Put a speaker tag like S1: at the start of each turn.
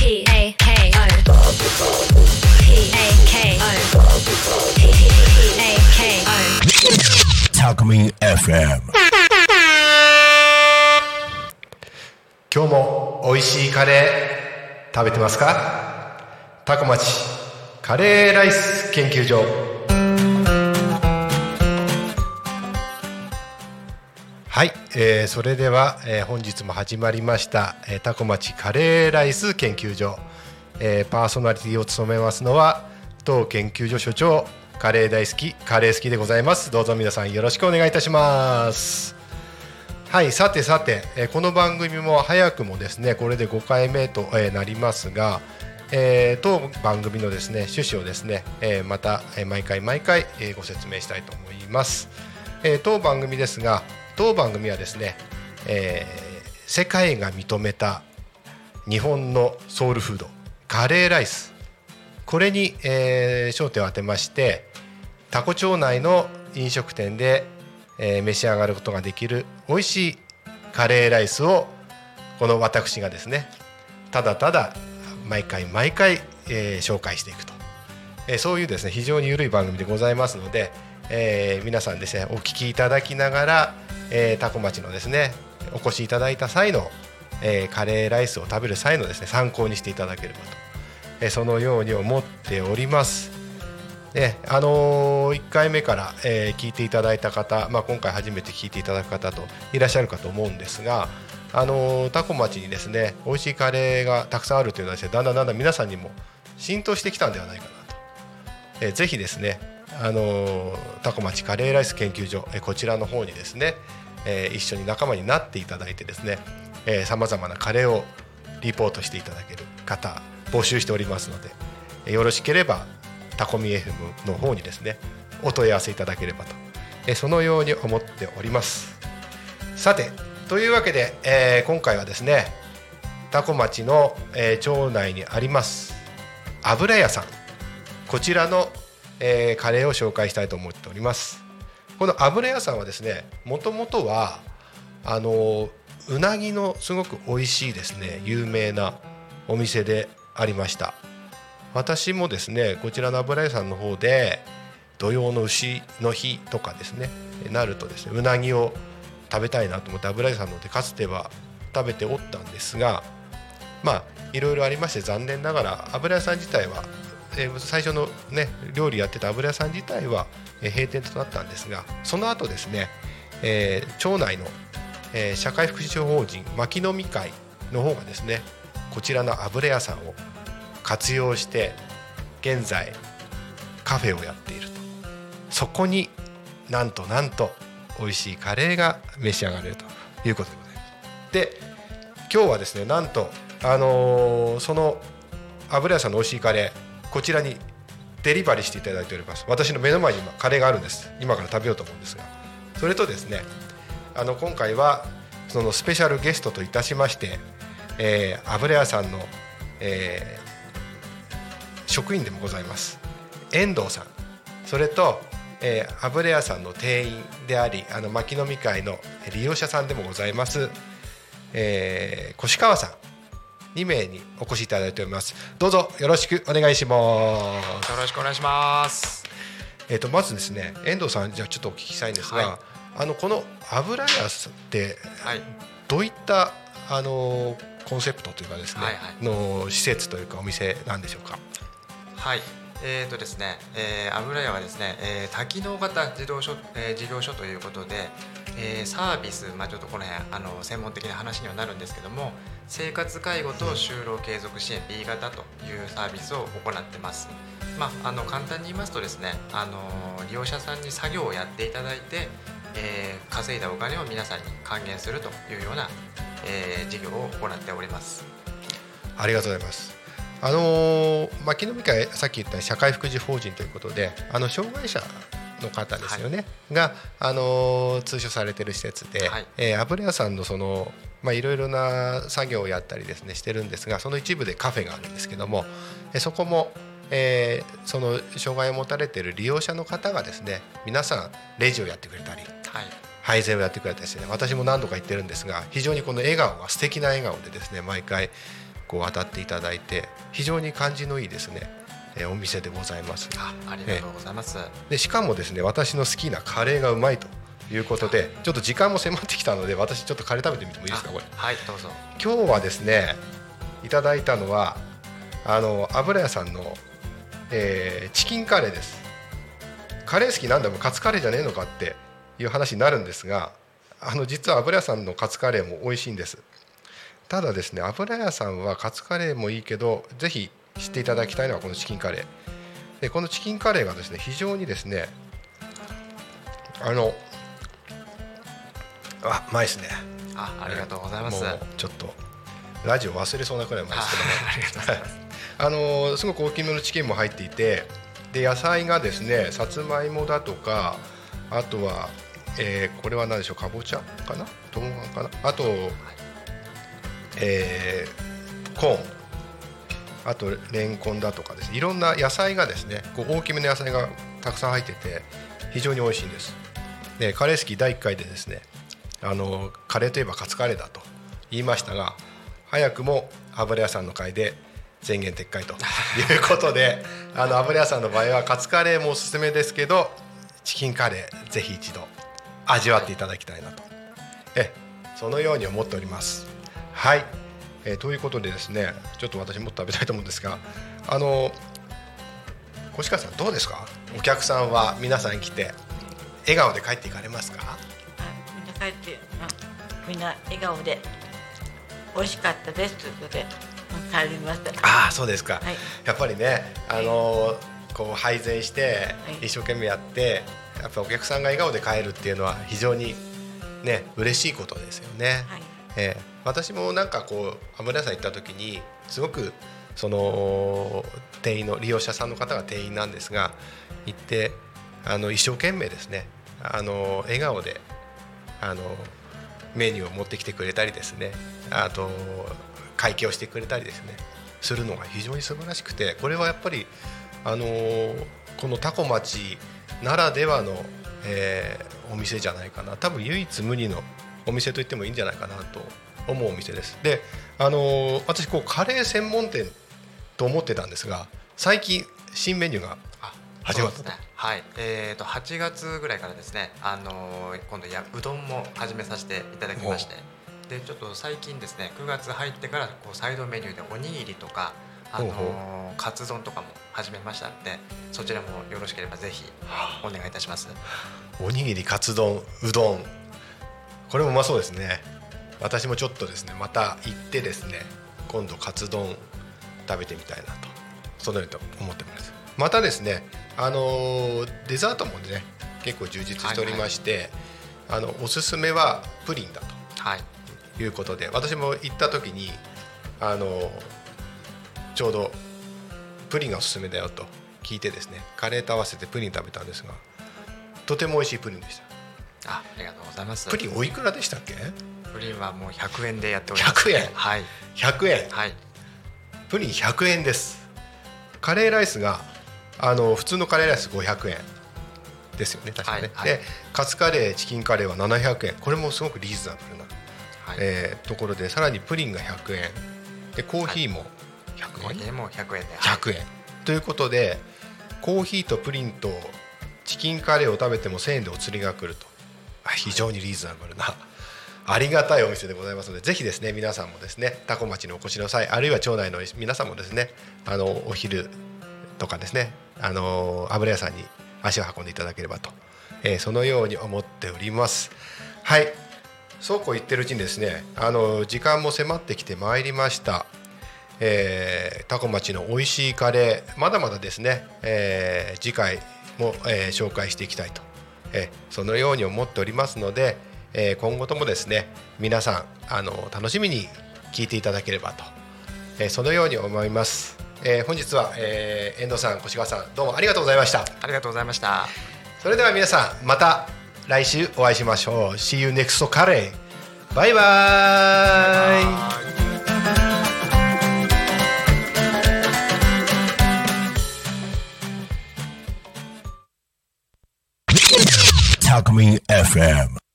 S1: タコミン FM。 今日も美味しいカレー食べてますか？タコ町カレーライス研究所。はい、それでは、本日も始まりました、タコ町カレーライス研究所、パーソナリティを務めますのは当研究所所長、カレー大好きカレー好きでございます。どうぞ皆さんよろしくお願いいたします。はい、さて、この番組も早くもですねこれで5回目となりますが、当番組のですね趣旨をですねまた毎回ご説明したいと思います。当番組ですが、当番組はですね、世界が認めた日本のソウルフードカレーライス、これに、焦点を当てましてタコ町内の飲食店で、召し上がることができる美味しいカレーライスをこの私がですねただただ毎回、紹介していくと、そういうですね非常に緩い番組でございますので、皆さんですねお聞きいただきながら、タコ町のですねお越しいただいた際の、カレーライスを食べる際のですね参考にしていただければと、そのように思っております。1回目から、聞いていただいた方、今回初めて聞いていただく方といらっしゃるかと思うんですが、タコ町にですね美味しいカレーがたくさんあるというのはですねだんだん皆さんにも浸透してきたんではないかなと、ぜひですねタコ町カレーライス研究所、こちらの方にですね、一緒に仲間になっていただいてですねさまざまなカレーをリポートしていただける方募集しておりますので、よろしければタコミ FM の方にですねお問い合わせいただければと、そのように思っております。さて、というわけで、今回はですねタコ町の、町内にあります油屋さん、こちらの、カレーを紹介したいと思っております。この油屋さんはですねもともとはうなぎのすごく美味しいですね有名なお店でありました。私もですねこちらの油屋さんの方で土用の丑の日とかですねなるとですねうなぎを食べたいなと思って油屋さんの方でかつては食べておったんですが、いろいろありまして残念ながら油屋さん自体は、最初のね料理やってた油屋さん自体は閉店となったんですが、その後ですね、町内の、社会福祉法人牧野み会の方がですねこちらの油屋さんを活用して現在カフェをやっていると。そこになんと美味しいカレーが召し上がれるということでございます。で、今日はですねなんと、その油屋さんの美味しいカレーこちらにデリバリーしていただいております。私の目の前に今カレーがあるんです。今から食べようと思うんですが、それとですね今回はそのスペシャルゲストといたしまして、油屋さんの、職員でもございます遠藤さん、それと、油屋さんの店員であり牧野み会の利用者さんでもございます、越川さん2名にお越しいただいております。どうぞよろしくお願いします。
S2: よろしくお願いします。
S1: まずですね遠藤さん、じゃあちょっとお聞きしたいんですが、この油屋って、どういったコンセプトというかですね、の施設というかお店なんでしょうか？
S2: はい、ですね、油屋はですね、多機能型事業所ということで、サービス、ちょっとこの辺専門的な話にはなるんですけども、生活介護と就労継続支援 B 型というサービスを行ってます。簡単に言いますとですね、利用者さんに作業をやっていただいて、稼いだお金を皆さんに還元するというような、事業を行っております。
S1: ありがとうございます。牧野み会、さっき言った社会福祉法人ということで障害者の方ですよね、が通所されている施設で、油屋さんのいろいろな作業をやったりですねしてるんですが、その一部でカフェがあるんですけども、そこも、その障害を持たれている利用者の方がですね皆さんレジをやってくれたり、配膳をやってくれたりですね、私も何度か言ってるんですが、非常にこの笑顔が素敵な笑顔でですね毎回こう当たっていただいて非常に感じのいいですね、お店でございます。
S2: ありがとうございます。
S1: でしかもですね私の好きなカレーがうまいということでちょっと時間も迫ってきたので私ちょっとカレー食べてみてもいいですか。これ
S2: はいどうぞ。
S1: 今日はですねいただいたのは油屋さんの、チキンカレーです。カレー好きなんだもカツカレーじゃねえのかっていう話になるんですが実は油屋さんのカツカレーも美味しいんです。ただですね油屋さんはカツカレーもいいけどぜひ知っていただきたいのはこのチキンカレーでこのチキンカレーがですね非常にですねうまいですね。
S2: ありがとうございます。
S1: もうちょっとラジオ忘れそうなくらいうまいですけども
S2: ありがとうございます。
S1: すごく大きめのチキンも入っていてで野菜がですねさつまいもだとかあとは、これは何でしょうかぼちゃかなとうがんかなあと、コーンあとレンコンだとかですねいろんな野菜がですねこう大きめの野菜がたくさん入ってて非常に美味しいんです。でカレー好き第1回でですねカレーといえばカツカレーだと言いましたが早くも油屋さんの会で宣言撤回ということで油屋さんの場合はカツカレーもおすすめですけどチキンカレーぜひ一度味わっていただきたいなと、そのように思っております。はい、ということでですねちょっと私もっと食べたいと思うんですが越川さんどうですか。お客さんは皆さん来て笑顔で帰っていかれますか。
S3: みんな帰ってみんな笑顔で美味しかったですということで帰りました。
S1: そうですか、
S3: はい、
S1: やっぱりねこう配膳して一生懸命やってやっぱお客さんが笑顔で帰るっていうのは非常にね嬉しいことですよね。はい、私もなんかこう油屋さん行った時にすごくその店員の利用者さんの方が店員なんですが行って一生懸命ですね笑顔でメニューを持ってきてくれたりですねあと会計をしてくれたりですねするのが非常に素晴らしくてこれはやっぱりこの多古町ならではの、お店じゃないかな。多分唯一無二のお店と言ってもいいんじゃないかなと思うお店です。で私こうカレー専門店と思ってたんですが最近新メニューが始まったと。
S2: はい、8月ぐらいからですね、今度うどんも始めさせていただきましてでちょっと最近ですね9月入ってからこうサイドメニューでおにぎりとかカツ丼とかも始めましたのでそちらもよろしければぜひお願いいたします。
S1: おにぎりカツ丼うどんこれもうまそうですね。私もちょっとですねまた行ってですね今度カツ丼食べてみたいなとそのようにと思ってます。またですねデザートもね結構充実しておりまして、おすすめはプリンだということで、私も行った時にちょうどプリンがおすすめだよと聞いてですねカレーと合わせてプリン食べたんですがとても美味しいプリンでした。
S2: ありがとうございます。
S1: プリンおいくらでしたっけ。
S2: プリンはもう100円でやっております。
S1: 100円、
S2: はい、
S1: 100円、
S2: はい、
S1: プリン100円です。カレーライスが普通のカレーライス500円ですよね確かね、はいはい、でカツカレーチキンカレーは700円これもすごくリーズナブルな、はいところでさらにプリンが100円でコーヒーも100円、
S2: コーヒーも100円で
S1: 100円ということでコーヒーとプリンとチキンカレーを食べても1000円でお釣りが来ると非常にリーズナブルなありがたいお店でございますのでぜひですね皆さんもですね多古町にお越しの際あるいは町内の皆さんもですねお昼とかですね油屋さんに足を運んでいただければと、そのように思っております。はい、そうこう言ってるうちにですね時間も迫ってきてまいりました。多古町の美味しいカレーまだまだですね、次回も、紹介していきたいと、そのように思っておりますので、今後ともですね皆さん楽しみに聞いていただければと、そのように思います。本日は、遠藤さん、越川さんどうもありがとうございました。
S2: ありがとうございました。
S1: それでは皆さんまた来週お会いしましょう。 See you next カレー。バイバイ。タクミン FM